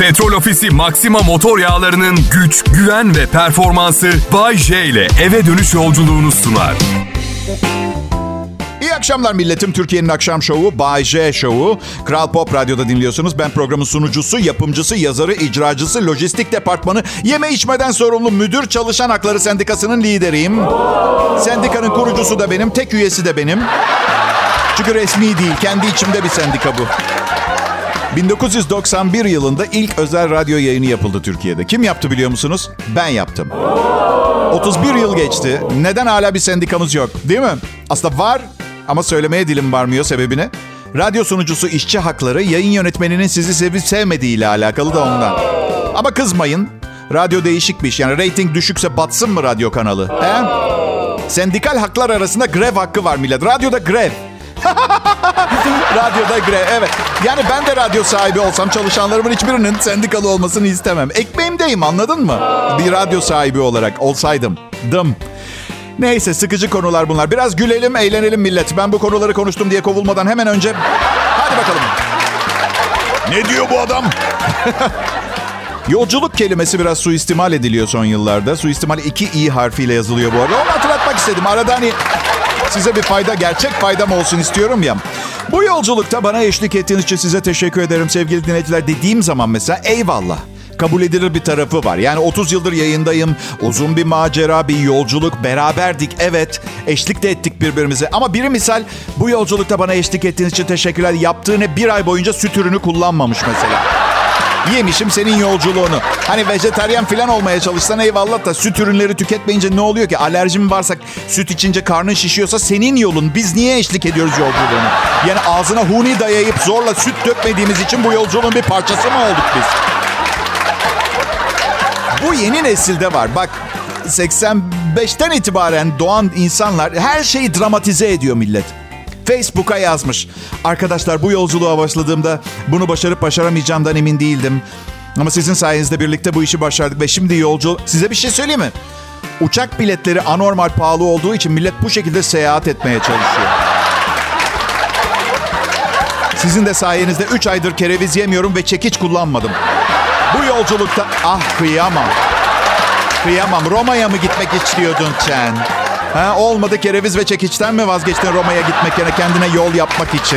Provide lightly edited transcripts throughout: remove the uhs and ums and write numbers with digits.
Petrol Ofisi Maxima motor yağlarının güç, güven ve performansı Bay J ile eve dönüş yolculuğunu sunar. İyi akşamlar milletim. Türkiye'nin akşam şovu Bay J Show'u. Kral Pop Radyo'da dinliyorsunuz. Ben programın sunucusu, yapımcısı, yazarı, icracısı, lojistik departmanı, yeme içmeden sorumlu müdür, Çalışan Hakları Sendikası'nın lideriyim. Sendikanın kurucusu da benim, tek üyesi de benim. Çünkü resmi değil, kendi içimde bir sendika bu. 1991 yılında ilk özel radyo yayını yapıldı Türkiye'de. Kim yaptı biliyor musunuz? Ben yaptım. 31 yıl geçti. Neden hala bir sendikamız yok? Değil mi? Aslında var ama söylemeye dilim varmıyor sebebini. Radyo sunucusu işçi hakları yayın yönetmeninin sizi sevip sevmediğiyle alakalı da ondan. Ama kızmayın. Radyo değişik bir iş. Yani reyting düşükse batsın mı radyo kanalı? He? Sendikal haklar arasında grev hakkı var millet. Radyoda grev. Radyoda grev, evet. Yani ben de radyo sahibi olsam çalışanlarımın hiçbirinin sendikalı olmasını istemem. Ekmeğimdeyim, anladın mı? Bir radyo sahibi olarak olsaydım. Neyse, sıkıcı konular bunlar. Biraz gülelim, eğlenelim millet. Ben bu konuları konuştum diye kovulmadan hemen önce... Hadi bakalım. Ne diyor bu adam? Yolculuk kelimesi biraz suistimal ediliyor son yıllarda. Suistimal 2 i harfiyle yazılıyor bu arada. Onu hatırlatmak istedim. Arada hani size bir fayda, gerçek faydam olsun istiyorum ya. Bu yolculukta bana eşlik ettiğiniz için size teşekkür ederim sevgili dinleyiciler dediğim zaman mesela eyvallah. Kabul edilir bir tarafı var. Yani 30 yıldır yayındayım. Uzun bir macera, bir yolculuk. Beraberdik, evet. Eşlik de ettik birbirimize. Ama biri misal bu yolculukta bana eşlik ettiğiniz için teşekkürler. Yaptığını bir ay boyunca süt ürünü kullanmamış mesela. Yemişim senin yolculuğunu. Hani vejetaryen falan olmaya çalışsan eyvallah da süt ürünleri tüketmeyince ne oluyor ki? Alerjin varsa, süt içince karnın şişiyorsa senin yolun. Biz niye eşlik ediyoruz yolculuğuna? Yani ağzına huni dayayıp zorla süt dökmediğimiz için bu yolculuğun bir parçası mı olduk biz? Bu yeni nesilde var. Bak 85'ten itibaren doğan insanlar her şeyi dramatize ediyor millet. Facebook'a yazmış. Arkadaşlar bu yolculuğa başladığımda bunu başarıp başaramayacağımdan emin değildim. Ama sizin sayenizde birlikte bu işi başardık ve şimdi yolcu... Size bir şey söyleyeyim mi? Uçak biletleri anormal pahalı olduğu için millet bu şekilde seyahat etmeye çalışıyor. Sizin de sayenizde 3 aydır kereviz yemiyorum ve çekiç kullanmadım. Bu yolculukta... Ah kıyamam. Kıyamam. Roma'ya mı gitmek istiyordun sen? Ha, olmadı, kereviz ve çekiçten mi vazgeçtin Roma'ya gitmek yerine kendine yol yapmak için?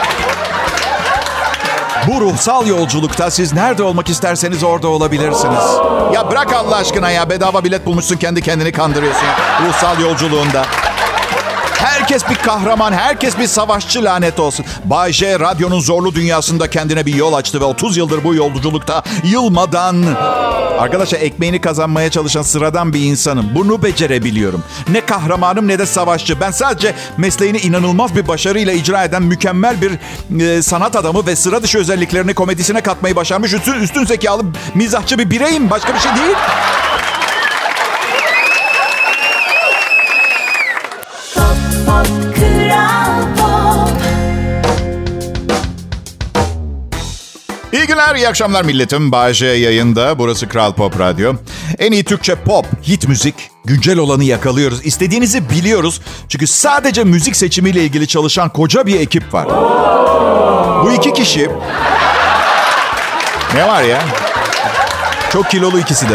Bu ruhsal yolculukta siz nerede olmak isterseniz orada olabilirsiniz. Ya bırak Allah aşkına ya, bedava bilet bulmuşsun, kendi kendini kandırıyorsun ruhsal yolculuğunda. Herkes bir kahraman, herkes bir savaşçı, lanet olsun. Bay J radyonun zorlu dünyasında kendine bir yol açtı ve 30 yıldır bu yolculukta yılmadan... Arkadaşlar ekmeğini kazanmaya çalışan sıradan bir insanım. Bunu becerebiliyorum. Ne kahramanım ne de savaşçı. Ben sadece mesleğini inanılmaz bir başarıyla icra eden mükemmel bir sanat adamı ve sıra dışı özelliklerini komedisine katmayı başarmış üstün zekalı, mizahçı bir bireyim. Başka bir şey değil. İyi günler, iyi akşamlar milletim. Bay J yayında. Burası Kral Pop Radyo. En iyi Türkçe pop, hit müzik, güncel olanı yakalıyoruz. İstediğinizi biliyoruz. Çünkü sadece müzik seçimiyle ilgili çalışan koca bir ekip var. Bu iki kişi... Ne var ya? Çok kilolu ikisi de.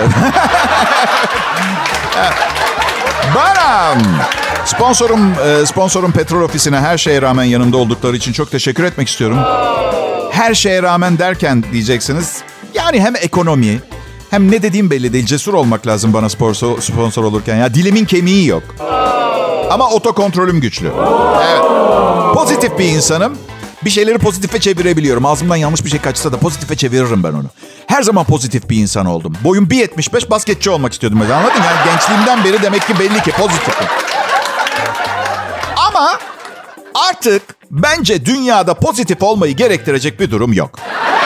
Baram. Sponsorum Petrol Ofisi'ne her şeye rağmen yanımda oldukları için çok teşekkür etmek istiyorum. Her şeye rağmen derken diyeceksiniz. Yani hem ekonomi hem ne dediğim belli değil. Cesur olmak lazım bana sponsor olurken. Ya dilimin kemiği yok. Ama otokontrolüm güçlü. Evet. Pozitif bir insanım. Bir şeyleri pozitife çevirebiliyorum. Ağzımdan yanlış bir şey kaçsa da pozitife çeviririm ben onu. Her zaman pozitif bir insan oldum. Boyum 1.75, basketçi olmak istiyordum. Anladın mı? Yani gençliğimden beri demek ki belli ki pozitifim. Ama artık bence dünyada pozitif olmayı gerektirecek bir durum yok.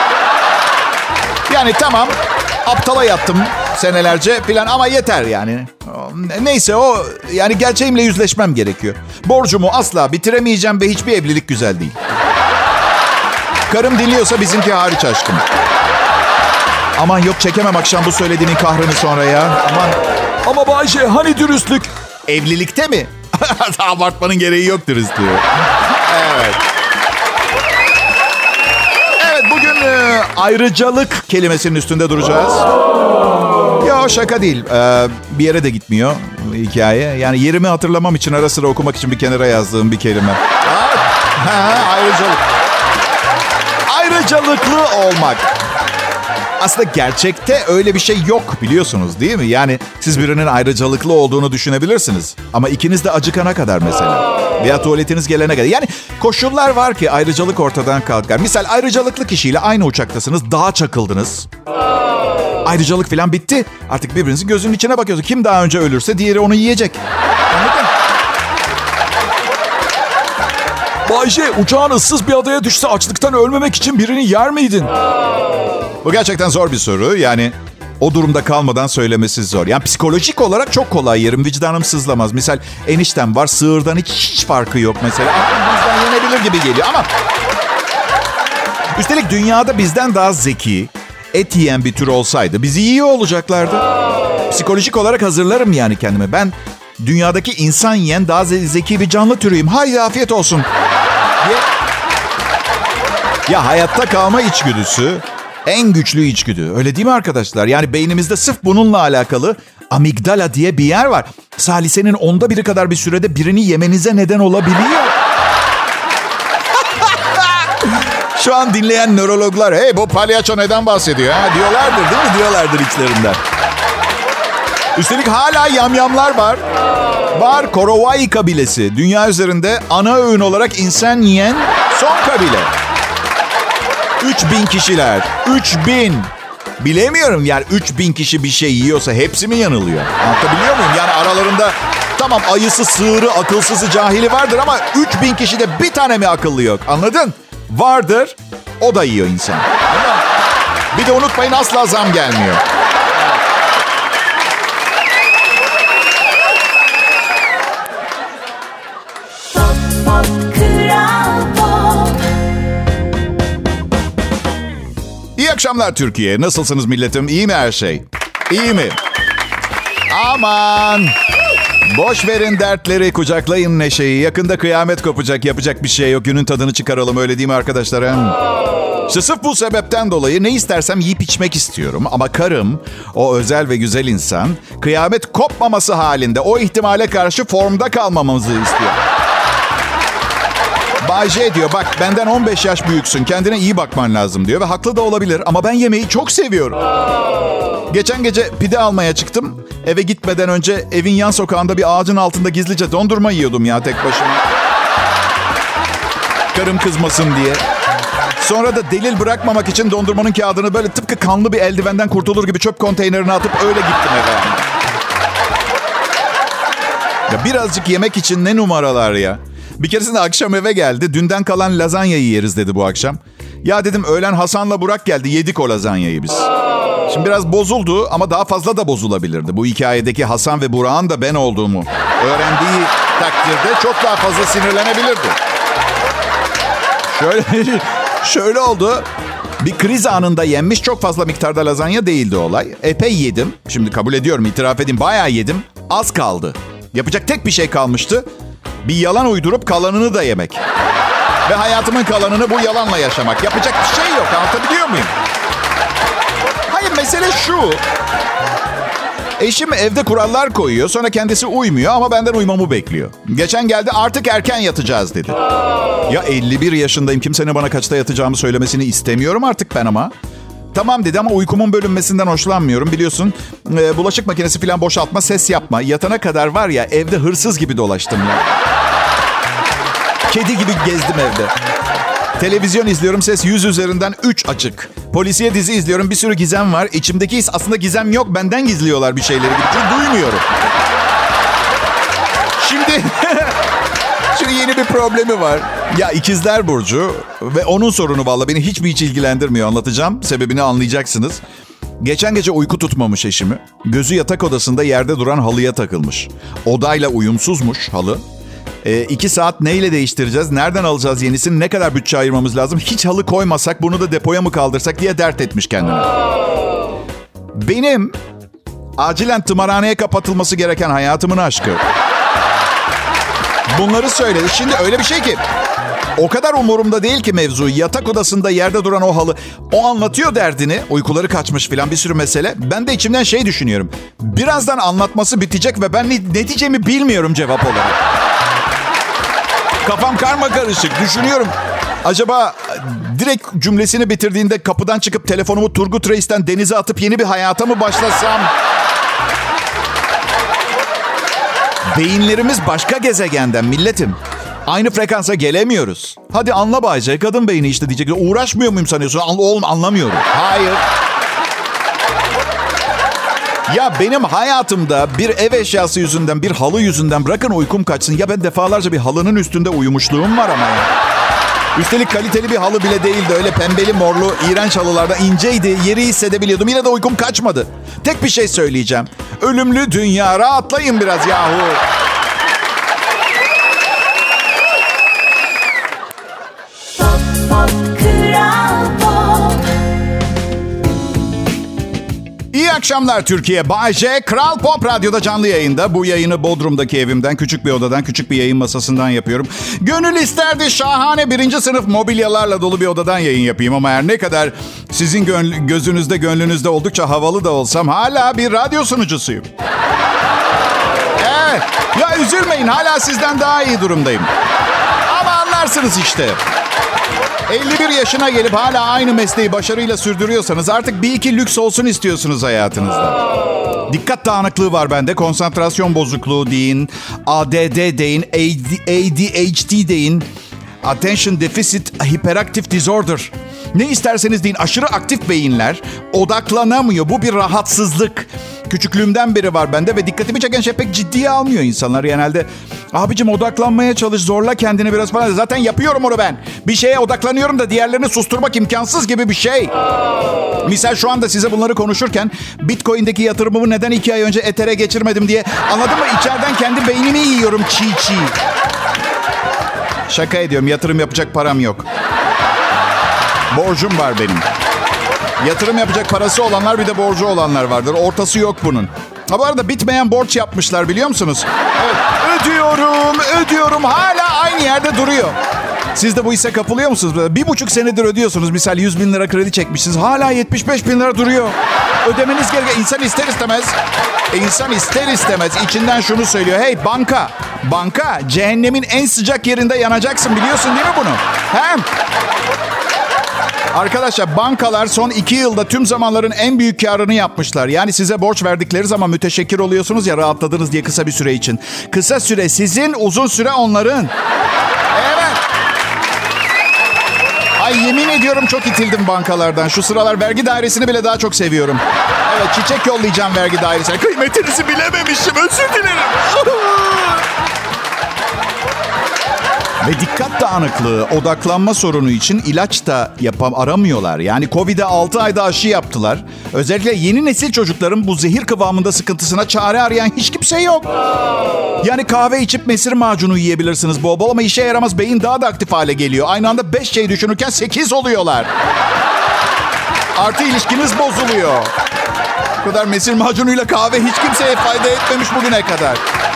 Yani tamam, aptala yattım senelerce falan ama yeter yani. Neyse, o yani gerçeğimle yüzleşmem gerekiyor. Borcumu asla bitiremeyeceğim ve hiçbir evlilik güzel değil. Karım dinliyorsa bizimki hariç aşkım. Aman yok, çekemem akşam bu söylediğinin kahrını sonra ya. Aman. Ama Bayşe hani dürüstlük? Evlilikte mi? Abartmanın gereği yok dürüstlüğü. Evet. Evet, bugün Ayrıcalık kelimesinin üstünde duracağız. Ya şaka değil. Bir yere de gitmiyor hikaye. Yani yerimi hatırlamam için ara sıra okumak için bir kenara yazdığım bir kelime. Ayrıcalık. Ayrıcalıklı olmak. Aslında gerçekte öyle bir şey yok, biliyorsunuz değil mi? Yani siz birinin ayrıcalıklı olduğunu düşünebilirsiniz. Ama ikiniz de acıkana kadar mesela. Veya tuvaletiniz gelene kadar. Yani koşullar var ki ayrıcalık ortadan kalkar. Misal ayrıcalıklı kişiyle aynı uçaktasınız. Dağa çakıldınız. Ayrıcalık falan bitti. Artık birbirinizin gözünün içine bakıyorsunuz. Kim daha önce ölürse diğeri onu yiyecek. Anladın? Bay J, uçağın ıssız bir adaya düşse açlıktan ölmemek için birini yer miydin? Bu gerçekten zor bir soru. Yani o durumda kalmadan söylemesi zor. Yani psikolojik olarak çok kolay yerim. Vicdanım sızlamaz. Misal eniştem var. Sığırdan hiç farkı yok mesela. Bizden yenebilir gibi geliyor ama... Üstelik dünyada bizden daha zeki, et yiyen bir tür olsaydı bizi yiyor olacaklardı. Psikolojik olarak hazırlarım yani kendimi. Ben dünyadaki insan yiyen daha zeki bir canlı türüyüm. Haydi afiyet olsun. Ya hayatta kalma içgüdüsü en güçlü içgüdü. Öyle değil mi arkadaşlar? Yani beynimizde sırf bununla alakalı amigdala diye bir yer var. Salisenin 1/10 kadar bir sürede birini yemenize neden olabiliyor. Şu an dinleyen nörologlar, hey bu palyaço neden bahsediyor ha? Diyorlardır değil mi? Diyorlardır içlerinden. Üstelik hala yamyamlar var. Var, Korowai kabilesi. Dünya üzerinde ana öğün olarak insan yiyen son kabile. 3000 kişiler. 3000. Bilemiyorum yani 3000 kişi bir şey yiyorsa hepsi mi yanılıyor? Anlatabiliyor muyum? Yani aralarında tamam ayısı, sığırı, akılsızı, cahili vardır ama 3000 kişide bir tane mi akıllı yok? Anladın? Vardır. O da yiyor insan. Bir de unutmayın asla zam gelmiyor. İyi akşamlar Türkiye. Nasılsınız milletim? İyi mi her şey? İyi mi? Aman! Boş verin dertleri, kucaklayın neşeyi. Yakında kıyamet kopacak, yapacak bir şey yok. Günün tadını çıkaralım, öyle değil mi arkadaşlarım? İşte sırf bu sebepten dolayı ne istersem yiyip içmek istiyorum. Ama karım, o özel ve güzel insan, kıyamet kopmaması halinde o ihtimale karşı formda kalmamızı istiyor. Bay J diyor, bak benden 15 yaş büyüksün, kendine iyi bakman lazım diyor. Ve haklı da olabilir ama ben yemeği çok seviyorum. Geçen gece pide almaya çıktım. Eve gitmeden önce evin yan sokağında bir ağacın altında gizlice dondurma yiyordum ya tek başıma. Karım kızmasın diye. Sonra da delil bırakmamak için dondurmanın kağıdını böyle tıpkı kanlı bir eldivenden kurtulur gibi çöp konteynerine atıp öyle gittim eve. Ya birazcık yemek için ne numaralar ya. Bir keresinde akşam eve geldi. Dünden kalan lazanyayı yeriz dedi bu akşam. Ya dedim öğlen Hasan'la Burak geldi. Yedik o lazanyayı biz. Şimdi biraz bozuldu ama daha fazla da bozulabilirdi. Bu hikayedeki Hasan ve Burak'ın da ben olduğumu öğrendiği takdirde çok daha fazla sinirlenebilirdi. Şöyle oldu. Bir kriz anında yenmiş çok fazla miktarda lazanya değildi olay. Epey yedim. Şimdi kabul ediyorum, itiraf edeyim. Bayağı yedim. Az kaldı. Yapacak tek bir şey kalmıştı. Bir yalan uydurup kalanını da yemek. Ve hayatımın kalanını bu yalanla yaşamak. Yapacak bir şey yok. Anlatabiliyor muyum? Hayır, mesele şu. Eşim evde kurallar koyuyor. Sonra kendisi uymuyor ama benden uymamı bekliyor. Geçen geldi, artık erken yatacağız dedi. Ya 51 yaşındayım. Kimsenin bana kaçta yatacağımı söylemesini istemiyorum artık ben ama. Tamam dedi ama uykumun bölünmesinden hoşlanmıyorum. Biliyorsun bulaşık makinesi falan boşaltma, ses yapma. Yatana kadar var ya evde hırsız gibi dolaştım ya. Kedi gibi gezdim evde. Televizyon izliyorum, ses 100 üzerinden 3 açık. Polisiye dizi izliyorum, bir sürü gizem var. İçimdeki his aslında gizem yok, benden gizliyorlar bir şeyleri gibi. Çünkü duymuyorum. Şimdi yeni bir problemi var. Ya ikizler burcu ve onun sorunu vallahi beni hiç ilgilendirmiyor. Anlatacağım, sebebini anlayacaksınız. Geçen gece uyku tutmamış eşimi. Gözü yatak odasında yerde duran halıya takılmış. Odayla uyumsuzmuş halı. 2 saat neyle değiştireceğiz? Nereden alacağız yenisini? Ne kadar bütçe ayırmamız lazım? Hiç halı koymasak bunu da depoya mı kaldırsak diye dert etmiş kendine. Benim acilen tımarhaneye kapatılması gereken hayatımın aşkı. Bunları söyledi. Şimdi öyle bir şey ki o kadar umurumda değil ki mevzu. Yatak odasında yerde duran o halı. O anlatıyor derdini. Uykuları kaçmış filan bir sürü mesele. Ben de içimden şey düşünüyorum. Birazdan anlatması bitecek ve ben ne diyeceğimi bilmiyorum cevap olarak. Kafam karma karışık. Düşünüyorum. Acaba direkt cümlesini bitirdiğinde kapıdan çıkıp telefonumu Turgut Reis'ten denize atıp yeni bir hayata mı başlasam? Beyinlerimiz başka gezegenden milletim. Aynı frekansa gelemiyoruz. Hadi anla Bayce, kadın beyni işte diyecek. Uğraşmıyor muyum sanıyorsun? Oğlum anlamıyorum. Hayır. Ya benim hayatımda bir ev eşyası yüzünden, bir halı yüzünden bırakın uykum kaçsın. Ya ben defalarca bir halının üstünde uyumuşluğum var ama ya. Üstelik kaliteli bir halı bile değildi. Öyle pembeli morlu iğrenç halılarda inceydi. Yeri hissedebiliyordum. Yine de uykum kaçmadı. Tek bir şey söyleyeceğim. Ölümlü dünya, rahatlayın biraz yahu. İyi akşamlar Türkiye. Bay J, Kral Pop Radyo'da canlı yayında. Bu yayını Bodrum'daki evimden, küçük bir odadan, küçük bir yayın masasından yapıyorum. Gönül isterdi şahane 1. sınıf mobilyalarla dolu bir odadan yayın yapayım. Ama her ne kadar sizin gözünüzde, gönlünüzde oldukça havalı da olsam hala bir radyo sunucusuyum. Evet. Ya üzülmeyin, hala sizden daha iyi durumdayım. Ama anlarsınız işte. 51 yaşına gelip hala aynı mesleği başarıyla sürdürüyorsanız artık bir iki lüks olsun istiyorsunuz hayatınızda. Dikkat dağınıklığı var bende. Konsantrasyon bozukluğu deyin. ADD deyin. ADHD deyin. Attention Deficit Hyperactive Disorder. Ne isterseniz deyin. Aşırı aktif beyinler odaklanamıyor. Bu bir rahatsızlık. Küçüklüğümden beri var bende ve dikkatimi çeken şey pek ciddiye almıyor insanlar genelde. Abicim odaklanmaya çalış, zorla kendini biraz falan. Zaten yapıyorum onu ben. Bir şeye odaklanıyorum da diğerlerini susturmak imkansız gibi bir şey. Misal şu anda size bunları konuşurken Bitcoin'deki yatırımımı neden 2 ay önce Ether'e geçirmedim diye, anladın mı? İçeriden kendi beynimi yiyorum çiğ çiğ. Şaka ediyorum, yatırım yapacak param yok. Borcum var benim. Yatırım yapacak parası olanlar bir de borcu olanlar vardır. Ortası yok bunun. Ha bu arada bitmeyen borç yapmışlar biliyor musunuz? Evet, ödüyorum. Hala aynı yerde duruyor. Siz de bu hisse kapılıyor musunuz? 1,5 senedir ödüyorsunuz. Misal 100 bin lira kredi çekmişsiniz. Hala 75 bin lira duruyor. Ödemeniz gereken. İnsan ister istemez içinden şunu söylüyor. Hey banka cehennemin en sıcak yerinde yanacaksın, biliyorsun değil mi bunu? Hem arkadaşlar bankalar son 2 yılda tüm zamanların en büyük karını yapmışlar. Yani size borç verdikleri zaman müteşekkir oluyorsunuz ya, rahatladınız diye kısa bir süre için. Kısa süre sizin, uzun süre onların. Evet. Ay yemin ediyorum çok itildim bankalardan. Şu sıralar vergi dairesini bile daha çok seviyorum. Evet, çiçek yollayacağım vergi dairesine. Kıymetinizi bilememişim, özür dilerim. Ve dikkat dağınıklığı, odaklanma sorunu için ilaç da aramıyorlar. Yani Covid'e 6 ayda aşı yaptılar. Özellikle yeni nesil çocukların bu zehir kıvamında sıkıntısına çare arayan hiç kimse yok. Yani kahve içip mesir macunu yiyebilirsiniz bol bol ama işe yaramaz, beyin daha da aktif hale geliyor. Aynı anda 5 şey düşünürken 8 oluyorlar. Artı ilişkiniz bozuluyor. Bu kadar mesir macunuyla kahve hiç kimseye fayda etmemiş bugüne kadar.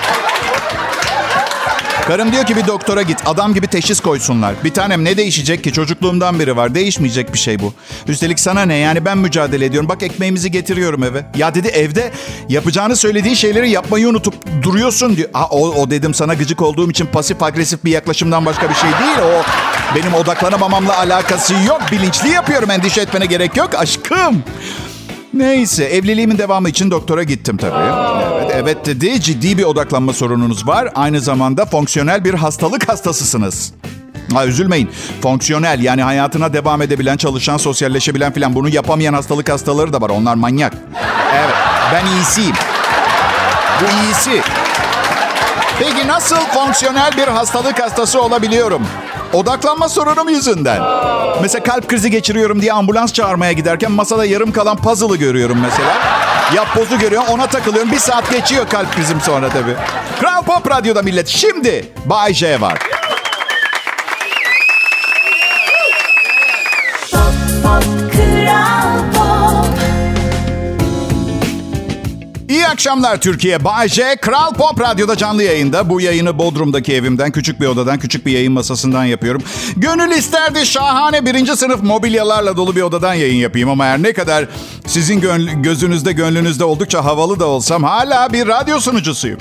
Karım diyor ki bir doktora git. Adam gibi teşhis koysunlar. Bir tanem ne değişecek ki? Çocukluğumdan beri var. Değişmeyecek bir şey bu. Üstelik sana ne? Yani ben mücadele ediyorum. Bak ekmeğimizi getiriyorum eve. Ya dedi evde yapacağını söylediğin şeyleri yapmayı unutup duruyorsun diyor. O dedim sana gıcık olduğum için pasif agresif bir yaklaşımdan başka bir şey değil. O benim odaklanamamamla alakası yok. Bilinçli yapıyorum. Endişe etmene gerek yok aşkım. Neyse, evliliğimin devamı için doktora gittim tabii. Evet dedi, ciddi bir odaklanma sorununuz var. Aynı zamanda fonksiyonel bir hastalık hastasısınız. Ha, üzülmeyin. Fonksiyonel, yani hayatına devam edebilen, çalışan, sosyalleşebilen filan, bunu yapamayan hastalık hastaları da var. Onlar manyak. Evet, ben iyisiyim. Bu iyisi. Peki nasıl fonksiyonel bir hastalık hastası olabiliyorum? Odaklanma sorunum yüzünden. Mesela kalp krizi geçiriyorum diye ambulans çağırmaya giderken masada yarım kalan puzzle'ı görüyorum mesela. Yapbozu görüyorum, ona takılıyorum. 1 saat geçiyor kalp krizim sonra tabii. Kral Pop Radyo'da millet. Şimdi Bay J var. İyi akşamlar Türkiye. Bay J, Kral Pop Radyo'da canlı yayında. Bu yayını Bodrum'daki evimden, küçük bir odadan, küçük bir yayın masasından yapıyorum. Gönül isterdi şahane 1. sınıf mobilyalarla dolu bir odadan yayın yapayım. Ama her ne kadar sizin gözünüzde, gönlünüzde oldukça havalı da olsam hala bir radyo sunucusuyum.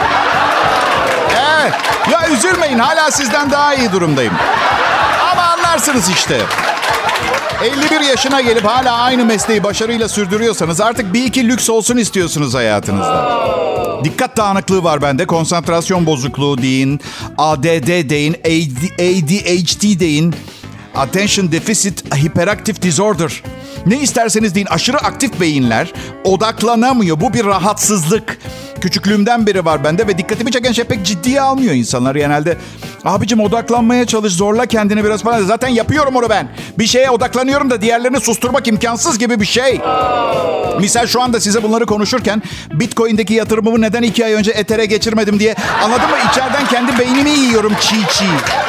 Evet, ya üzülmeyin, hala sizden daha iyi durumdayım. Ama anlarsınız işte. 51 yaşına gelip hala aynı mesleği başarıyla sürdürüyorsanız artık bir iki lüks olsun istiyorsunuz hayatınızda. Dikkat dağınıklığı var bende. Konsantrasyon bozukluğu deyin. ADD deyin. ADHD deyin. Attention Deficit Hyperactive Disorder. Ne isterseniz deyin. Aşırı aktif beyinler odaklanamıyor. Bu bir rahatsızlık. Küçüklüğümden beri var bende ve dikkatimi çeken şey pek ciddiye almıyor insanlar genelde. Abicim odaklanmaya çalış, zorla kendini biraz falan. Zaten yapıyorum onu ben. Bir şeye odaklanıyorum da diğerlerini susturmak imkansız gibi bir şey. Misal şu anda size bunları konuşurken Bitcoin'deki yatırımımı neden 2 ay önce Ether'e geçirmedim diye, anladın mı? İçeriden kendi beynimi yiyorum çiğ.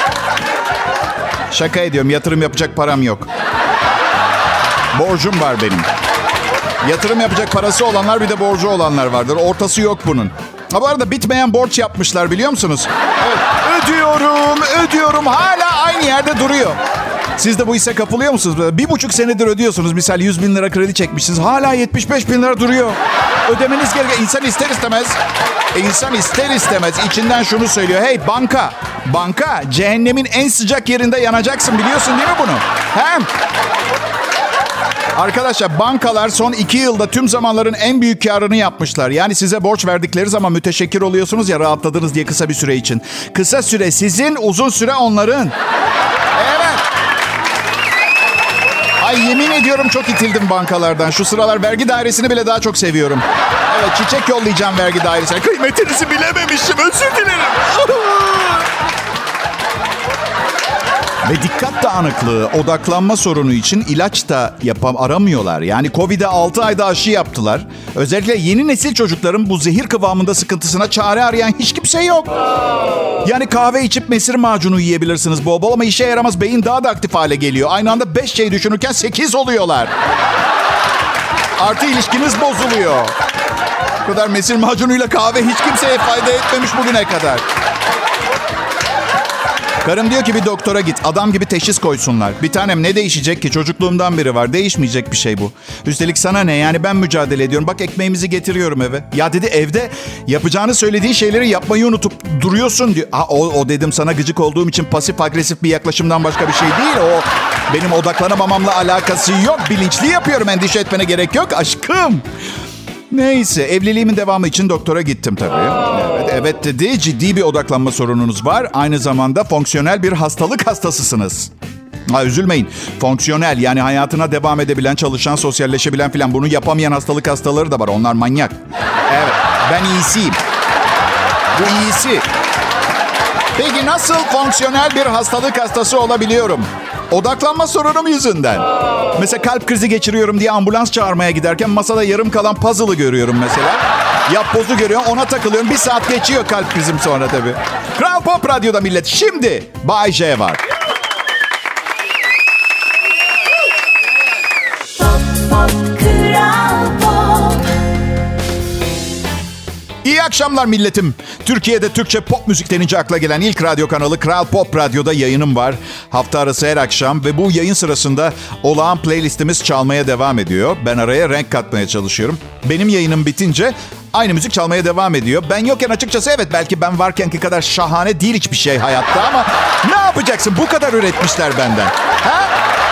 Şaka ediyorum, yatırım yapacak param yok. Borcum var benim. Yatırım yapacak parası olanlar, bir de borcu olanlar vardır. Ortası yok bunun. Ha, bu arada bitmeyen borç yapmışlar, biliyor musunuz? Evet, ödüyorum. Hala aynı yerde duruyor. Siz de bu hisse kapılıyor musunuz? 1,5 senedir ödüyorsunuz. Misal 100 bin lira kredi çekmişsiniz. Hala 75 bin lira duruyor. Ödemeniz gereken. İnsan ister istemez içinden şunu söylüyor. Hey banka, cehennemin en sıcak yerinde yanacaksın, biliyorsun değil mi bunu? Hem arkadaşlar, bankalar son 2 yılda tüm zamanların en büyük karını yapmışlar. Yani size borç verdikleri zaman müteşekkir oluyorsunuz ya, rahatladınız diye kısa bir süre için. Kısa süre sizin, uzun süre onların. Evet. Ay yemin ediyorum çok itildim bankalardan. Şu sıralar vergi dairesini bile daha çok seviyorum. Evet, çiçek yollayacağım vergi dairesine. Kıymetinizi bilememişim, özür dilerim. Ve dikkat dağınıklığı, odaklanma sorunu için ilaç da aramıyorlar. Yani Covid'e 6 ayda aşı yaptılar. Özellikle yeni nesil çocukların bu zehir kıvamında sıkıntısına çare arayan hiç kimse yok. Yani kahve içip mesir macunu yiyebilirsiniz bol bol ama işe yaramaz, beyin daha da aktif hale geliyor. Aynı anda 5 şey düşünürken 8 oluyorlar. Artı ilişkiniz bozuluyor. Bu kadar mesir macunuyla kahve hiç kimseye fayda etmemiş bugüne kadar. Karım diyor ki bir doktora git. Adam gibi teşhis koysunlar. Bir tanem, ne değişecek ki? Çocukluğumdan beri var. Değişmeyecek bir şey bu. Üstelik sana ne? Yani ben mücadele ediyorum. Bak ekmeğimizi getiriyorum eve. Ya dedi, evde yapacağını söylediği şeyleri yapmayı unutup duruyorsun diyor. O dedim, sana gıcık olduğum için pasif agresif bir yaklaşımdan başka bir şey değil. O benim odaklanamamamla alakası yok. Bilinçli yapıyorum. Endişe etmene gerek yok aşkım. Neyse, evliliğimin devamı için doktora gittim tabii. Evet dedi, ciddi bir odaklanma sorununuz var. Aynı zamanda fonksiyonel bir hastalık hastasısınız. Ha, üzülmeyin. Fonksiyonel, yani hayatına devam edebilen, çalışan, sosyalleşebilen filan, bunu yapamayan hastalık hastaları da var. Onlar manyak. Evet, ben iyisiyim. Bu iyisi. Peki nasıl fonksiyonel bir hastalık hastası olabiliyorum? Odaklanma sorunum yüzünden. Mesela kalp krizi geçiriyorum diye ambulans çağırmaya giderken masada yarım kalan puzzle'ı görüyorum mesela. Yapbozu görüyorum, ona takılıyorum. 1 saat geçiyor kalp krizim sonra tabii. Kral Pop Radyo'da millet. Şimdi Bay J var. İyi akşamlar milletim. Türkiye'de Türkçe pop müzik denince akla gelen ilk radyo kanalı Kral Pop Radyo'da yayınım var. Hafta arası her akşam ve bu yayın sırasında olağan playlistimiz çalmaya devam ediyor. Ben araya renk katmaya çalışıyorum. Benim yayınım bitince aynı müzik çalmaya devam ediyor. Ben yokken açıkçası evet, belki ben varkenki kadar şahane değil hiçbir şey hayatta ama ne yapacaksın? Bu kadar üretmişler benden. Ha?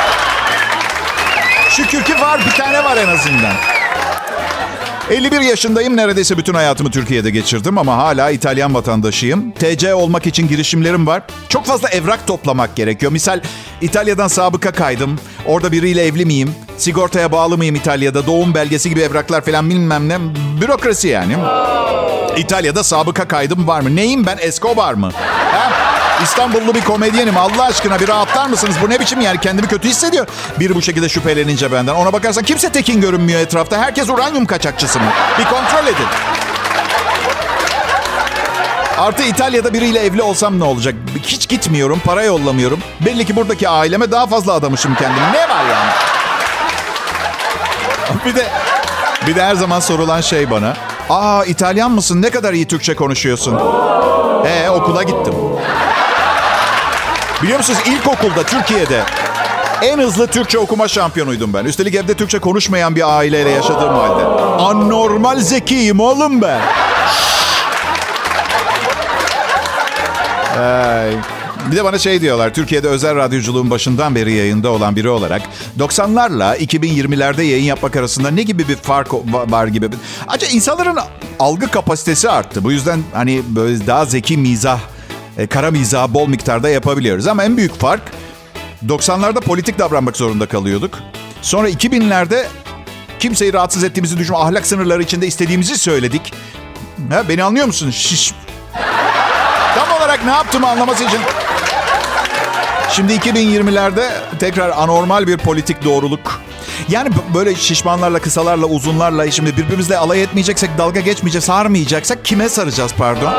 Şükür ki var, bir tane var en azından. 51 yaşındayım. Neredeyse bütün hayatımı Türkiye'de geçirdim ama hala İtalyan vatandaşıyım. TC olmak için girişimlerim var. Çok fazla evrak toplamak gerekiyor. Misal İtalya'dan sabıka kaydım. Orada biriyle evli miyim? Sigortaya bağlı mıyım İtalya'da? Doğum belgesi gibi evraklar falan, bilmem ne. Bürokrasi yani. İtalya'da sabıka kaydım var mı? Neyim ben? Escobar mı? Ha? İstanbullu bir komedyenim. Allah aşkına bir rahatlar mısınız? Bu ne biçim yani? Kendimi kötü hissediyor. Biri bu şekilde şüphelenince benden. Ona bakarsan kimse tekin görünmüyor etrafta. Herkes uranyum kaçakçısı mı? Bir kontrol edin. Artı İtalya'da biriyle evli olsam ne olacak? Hiç gitmiyorum, para yollamıyorum. Belli ki buradaki aileme daha fazla adamışım kendimi. Ne var yani? Bir de her zaman sorulan şey bana. Aa, İtalyan mısın? Ne kadar iyi Türkçe konuşuyorsun. Okula gittim. Biliyor musunuz, ilkokulda Türkiye'de en hızlı Türkçe okuma şampiyonuydum ben. Üstelik evde Türkçe konuşmayan bir aileyle yaşadığım halde. Anormal zekiyim oğlum ben. Bir de bana şey diyorlar, Türkiye'de özel radyoculuğun başından beri yayında olan biri olarak 90'larla 2020'lerde yayın yapmak arasında ne gibi bir fark var gibi. Acaba insanların algı kapasitesi arttı. Bu yüzden hani böyle daha zeki mizah, kara mizah bol miktarda yapabiliyoruz. Ama en büyük fark, 90'larda politik davranmak zorunda kalıyorduk. Sonra 2000'lerde kimseyi rahatsız ettiğimizi düşünme, ahlak sınırları içinde istediğimizi söyledik. Beni anlıyor musun? Tam olarak ne yaptığımı anlaması için. Şimdi 2020'lerde tekrar anormal bir politik doğruluk. Yani böyle şişmanlarla, kısalarla, uzunlarla, şimdi birbirimizle alay etmeyeceksek, dalga geçmeyeceğiz, sarmayacaksak kime saracağız pardon?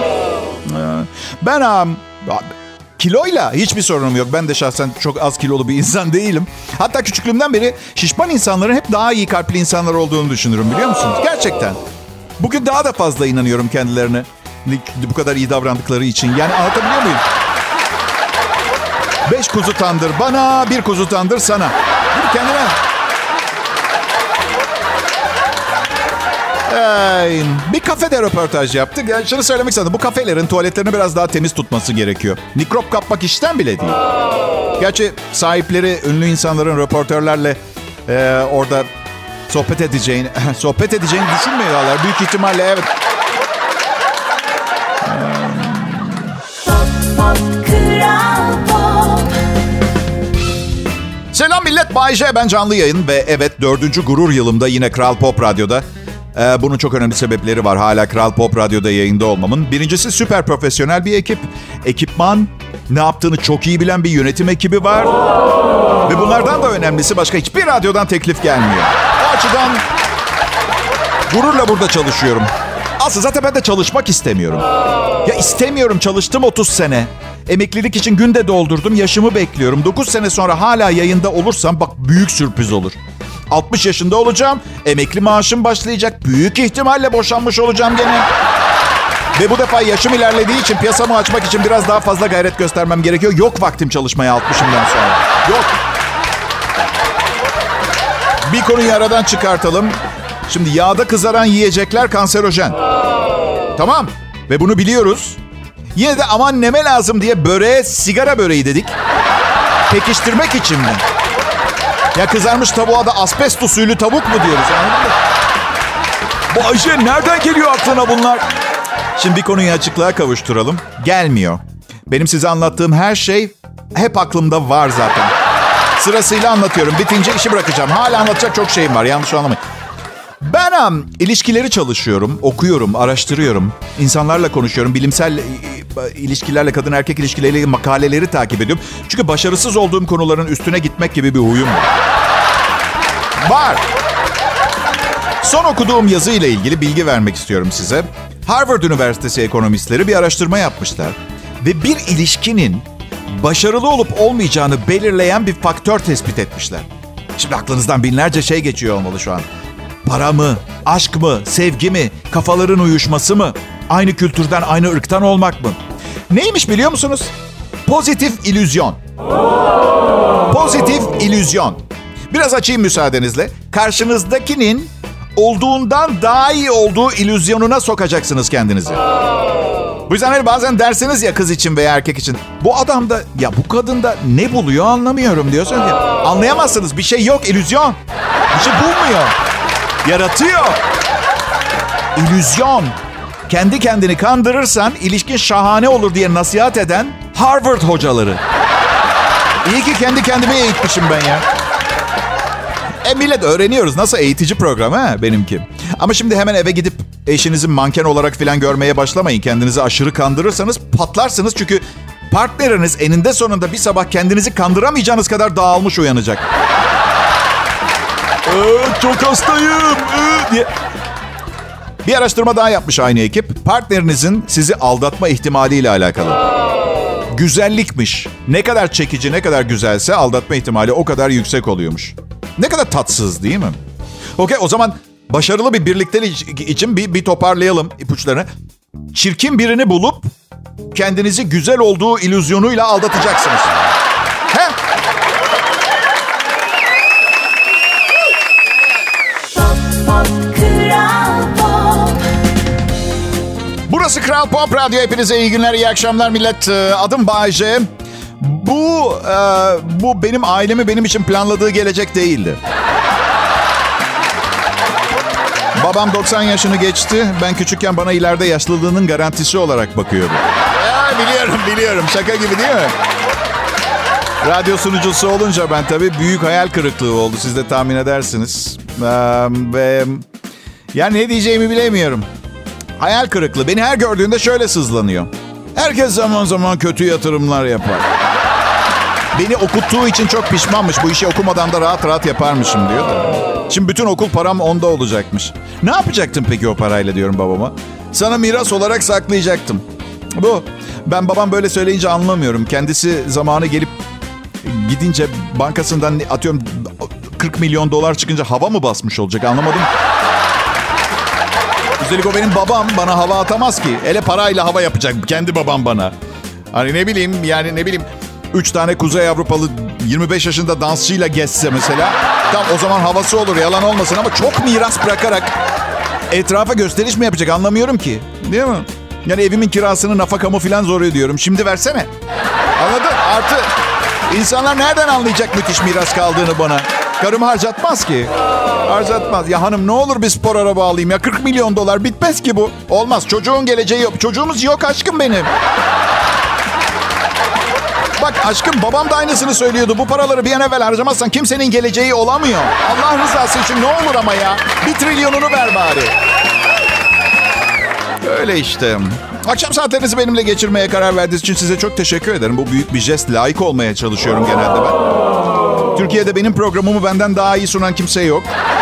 Ben kiloyla hiçbir sorunum yok. Ben de şahsen çok az kilolu bir insan değilim. Hatta küçüklüğümden beri şişman insanların hep daha iyi kalpli insanlar olduğunu düşünürüm, biliyor musunuz? Gerçekten. Bugün daha da fazla inanıyorum kendilerine. Bu kadar iyi davrandıkları için. Yani anlatabiliyor muyum? 5 kuzu tandır bana, 1 kuzu tandır sana. Kendine. Bir kafede röportaj yaptık. Yani şunu söylemek istedim. Bu kafelerin tuvaletlerini biraz daha temiz tutması gerekiyor. Mikrop kapmak işten bile değil. Gerçi sahipleri ünlü insanların röportörlerle orada sohbet edeceğini düşünmüyorlar. Büyük ihtimalle evet. Selam millet, Bay J. Ben canlı yayın ve evet 4. gurur yılımda yine Kral Pop Radyo'da. Bunun çok önemli sebepleri var hala Kral Pop Radyo'da yayında olmamın. Birincisi, süper profesyonel bir ekip. Ekipman, ne yaptığını çok iyi bilen bir yönetim ekibi var. Ve bunlardan da önemlisi, başka hiçbir radyodan teklif gelmiyor. O açıdan gururla burada çalışıyorum. Aslında zaten ben de çalışmak istemiyorum. Ya istemiyorum, çalıştım 30 sene. Emeklilik için günde doldurdum, yaşımı bekliyorum. 9 sene sonra hala yayında olursam bak büyük sürpriz olur. 60 yaşında olacağım, emekli maaşım başlayacak. Büyük ihtimalle boşanmış olacağım gene. Ve bu defa yaşım ilerlediği için piyasamı açmak için biraz daha fazla gayret göstermem gerekiyor. Yok vaktim çalışmaya 60'ımdan sonra. Yok. Bir konuyu aradan çıkartalım. Şimdi yağda kızaran yiyecekler kanserojen. Tamam. Ve bunu biliyoruz. Yine de aman neme lazım diye böreğe sigara böreği dedik. Pekiştirmek için mi? Ya kızarmış tavuğa da asbest usulü tavuk mu diyoruz? Anladın mı? Bu Ayşe, nereden geliyor aklına bunlar? Şimdi bir konuyu açıklığa kavuşturalım. Gelmiyor. Benim size anlattığım her şey hep aklımda var zaten. Sırasıyla anlatıyorum. Bitince işi bırakacağım. Hala anlatacak çok şeyim var. Yanlış anlamayın. Ben ilişkileri çalışıyorum, okuyorum, araştırıyorum. İnsanlarla konuşuyorum. Bilimsel ilişkilerle, kadın erkek ilişkileriyle makaleleri takip ediyorum. Çünkü başarısız olduğum konuların üstüne gitmek gibi bir huyum var. Son okuduğum yazı ile ilgili bilgi vermek istiyorum size. Harvard Üniversitesi ekonomistleri bir araştırma yapmışlar. Ve bir ilişkinin başarılı olup olmayacağını belirleyen bir faktör tespit etmişler. Şimdi aklınızdan binlerce şey geçiyor olmalı şu an. Para mı? Aşk mı? Sevgi mi? Kafaların uyuşması mı? Aynı kültürden, aynı ırktan olmak mı? Neymiş biliyor musunuz? Pozitif illüzyon. Pozitif illüzyon. Biraz açayım müsaadenizle. Karşınızdakinin olduğundan daha iyi olduğu illüzyonuna sokacaksınız kendinizi. Bu yüzden hani bazen dersiniz ya, kız için veya erkek için, bu adamda ya bu kadında ne buluyor anlamıyorum diyorsunuz ya. Anlayamazsınız, bir şey yok, illüzyon. Bir şey bulmuyor. Yaratıyor. İllüzyon. Kendi kendini kandırırsan ilişkin şahane olur diye nasihat eden Harvard hocaları. İyi ki kendi kendime eğitmişim ben ya. Millet, öğreniyoruz. Nasıl eğitici program ha benimki. Ama şimdi hemen eve gidip eşinizi manken olarak falan görmeye başlamayın. Kendinizi aşırı kandırırsanız patlarsınız. Çünkü partneriniz eninde sonunda bir sabah kendinizi kandıramayacağınız kadar dağılmış uyanacak. Çok hastayım diye. Bir araştırma daha yapmış aynı ekip. Partnerinizin sizi aldatma ihtimaliyle alakalı. Güzellikmiş. Ne kadar çekici, ne kadar güzelse aldatma ihtimali o kadar yüksek oluyormuş. Ne kadar tatsız değil mi? Okey, o zaman Başarılı bir birliktelik için bir toparlayalım ipuçlarını. Çirkin birini bulup kendinizi güzel olduğu illüzyonuyla aldatacaksınız. He? Burası Kral Pop Radyo. Hepinize iyi günler, iyi akşamlar millet. Adım Bay J. Bu benim ailemi benim için planladığı gelecek değildi. Babam 90 yaşını geçti. Ben küçükken bana ileride yaşlılığının garantisi olarak bakıyordu. Biliyorum. Şaka gibi değil mi? Radyo sunucusu olunca ben tabii büyük hayal kırıklığı oldu. Siz de tahmin edersiniz. Ve yani ne diyeceğimi bilemiyorum. Hayal kırıklığı. Beni her gördüğünde şöyle sızlanıyor. Herkes zaman zaman kötü yatırımlar yapar. Beni okuttuğu için çok pişmanmış. Bu işi okumadan da rahat rahat yaparmışım diyor da. Şimdi bütün okul param onda olacakmış. Ne yapacaktım peki o parayla diyorum babama. Sana miras olarak saklayacaktım. Bu. Ben babam böyle söyleyince anlamıyorum. Kendisi zamanı gelip gidince bankasından atıyorum 40 milyon dolar çıkınca hava mı basmış olacak anlamadım. Üstelik o benim babam, bana hava atamaz ki. Hele parayla hava yapacak kendi babam bana. Hani ne bileyim 3 tane Kuzey Avrupalı 25 yaşında dansçıyla gezse mesela. Tam o zaman havası olur, yalan olmasın ama çok miras bırakarak etrafa gösteriş mi yapacak anlamıyorum ki. Değil mi? Yani evimin kirasını, nafakamı falan zor ödüyorum. Şimdi versene. Anladın? Artı insanlar nereden anlayacak müthiş miras kaldığını bana? Karım harcatmaz ki. Harcatmaz. Ya hanım ne olur bir spor araba alayım ya. 40 milyon dolar bitmez ki bu. Olmaz. Çocuğun geleceği yok. Çocuğumuz yok aşkım benim. Bak aşkım babam da aynısını söylüyordu. Bu paraları bir an evvel harcamazsan kimsenin geleceği olamıyor. Allah rızası için ne olur ama ya. 1 trilyonunu ver bari. Öyle işte. Akşam saatlerinizi benimle geçirmeye karar verdiğiniz için size çok teşekkür ederim. Bu büyük bir jest. Layık olmaya çalışıyorum genelde ben. Türkiye'de benim programımı benden daha iyi sunan kimse yok.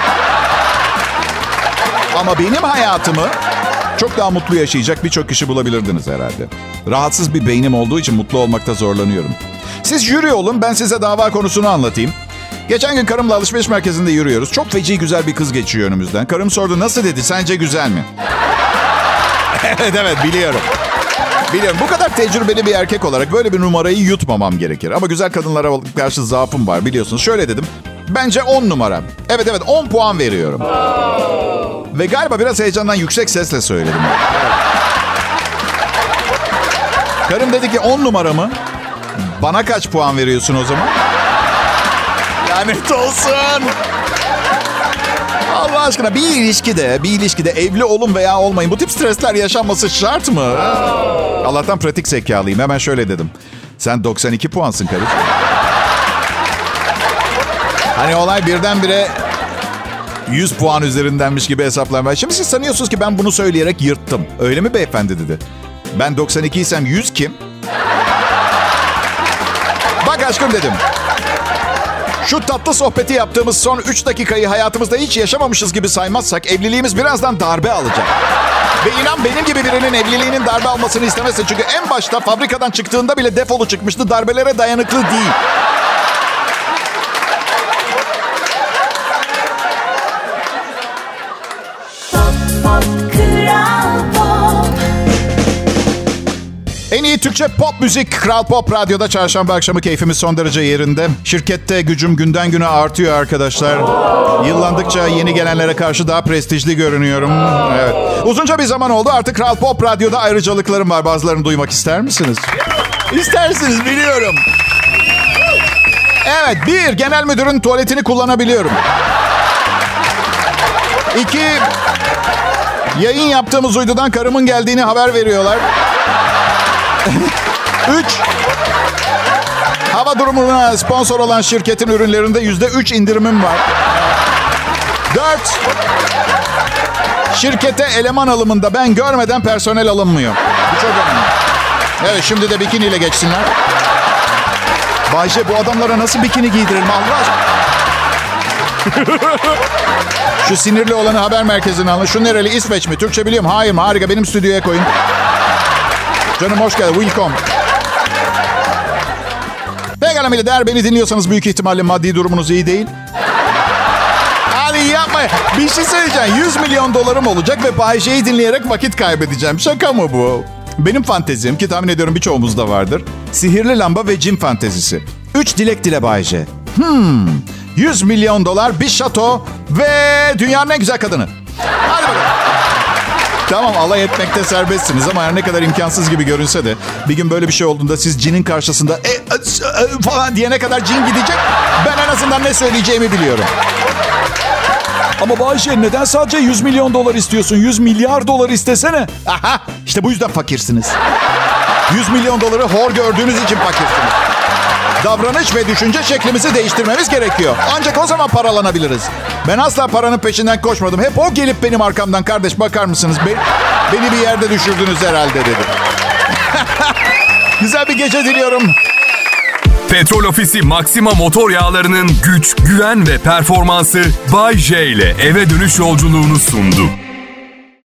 Ama benim hayatımı çok daha mutlu yaşayacak birçok kişi bulabilirdiniz herhalde. Rahatsız bir beynim olduğu için mutlu olmakta zorlanıyorum. Siz jüri olun, ben size dava konusunu anlatayım. Geçen gün karımla alışveriş merkezinde yürüyoruz. Çok feci güzel bir kız geçiyor önümüzden. Karım sordu, nasıl dedi, sence güzel mi? Evet biliyorum. Bu kadar tecrübeli bir erkek olarak böyle bir numarayı yutmamam gerekir. Ama güzel kadınlara karşı zaafım var biliyorsunuz. Şöyle dedim. Bence 10 numara. Evet 10 puan veriyorum. Ve galiba biraz heyecandan yüksek sesle söyledim. Karım dedi ki 10 numara mı? Bana kaç puan veriyorsun o zaman? Lanet olsun. Allah aşkına bir ilişkide evli olun veya olmayın. Bu tip stresler yaşanması şart mı? Allah'tan pratik zekalıyım. Hemen şöyle dedim. Sen 92 puansın karıcığım. Hani olay birdenbire 100 puan üzerindenmiş gibi hesaplamaya. Şimdi siz sanıyorsunuz ki ben bunu söyleyerek yırttım. Öyle mi beyefendi dedi. Ben 92 isem 100 kim? Bak aşkım dedim. Şu tatlı sohbeti yaptığımız son 3 dakikayı hayatımızda hiç yaşamamışız gibi saymazsak evliliğimiz birazdan darbe alacak. Ve inan benim gibi birinin evliliğinin darbe almasını istemezsin. Çünkü en başta fabrikadan çıktığında bile defolu çıkmıştı. Darbelere dayanıklı değil. En iyi Türkçe pop müzik Kral Pop Radyo'da çarşamba akşamı keyfimiz son derece yerinde. Şirkette gücüm günden güne artıyor arkadaşlar. Yıllandıkça yeni gelenlere karşı daha prestijli görünüyorum. Evet. Uzunca bir zaman oldu artık Kral Pop Radyo'da ayrıcalıklarım var. Bazılarını duymak ister misiniz? İstersiniz biliyorum. Evet 1. Genel müdürün tuvaletini kullanabiliyorum. 2. Yayın yaptığımız uydudan karımın geldiğini haber veriyorlar. 3. Hava durumuna sponsor olan şirketin ürünlerinde %3 indirimim var. 4. Şirkete eleman alımında ben görmeden personel alınmıyor. Bu çok önemli. Evet şimdi de bikiniyle geçsinler. Bayce bu adamlara nasıl bikini giydirelim Allah aşkına? Şu sinirli olanı haber merkezine alın. Şu nereli, İsveç mi? Türkçe biliyorum. Hayır mı? Harika. Benim stüdyoya koyun. Canım hoş geldin. Welcome. Pekala millet. Eğer beni dinliyorsanız büyük ihtimalle maddi durumunuz iyi değil. Yani yapma. Bir şey söyleyeceğim. 100 milyon dolarım olacak ve Bay J'yi dinleyerek vakit kaybedeceğim. Şaka mı bu? Benim fantezim, ki tahmin ediyorum birçoğumuzda vardır. Sihirli lamba ve cin fantezisi. 3 dilek dile Bay J. 100 milyon dolar, bir şato ve dünyanın en güzel kadını. Hadi bakalım. Tamam, alay etmekte serbestsiniz ama her ne kadar imkansız gibi görünse de bir gün böyle bir şey olduğunda siz cinin karşısında falan diyene kadar cin gidecek. Ben en azından ne söyleyeceğimi biliyorum. Ama Bayşe, neden sadece 100 milyon dolar istiyorsun? 100 milyar dolar istesene. Aha, işte bu yüzden fakirsiniz. 100 milyon doları hor gördüğünüz için fakirsiniz. Davranış ve düşünce şeklimizi değiştirmemiz gerekiyor. Ancak o zaman paralanabiliriz. Ben asla paranın peşinden koşmadım. Hep o gelip benim arkamdan, kardeş bakar mısınız? Beni bir yerde düşürdünüz herhalde dedi. Güzel bir gece diliyorum. Petrol Ofisi Maxima motor yağlarının güç, güven ve performansı Bay J ile eve dönüş yolculuğunu sundu.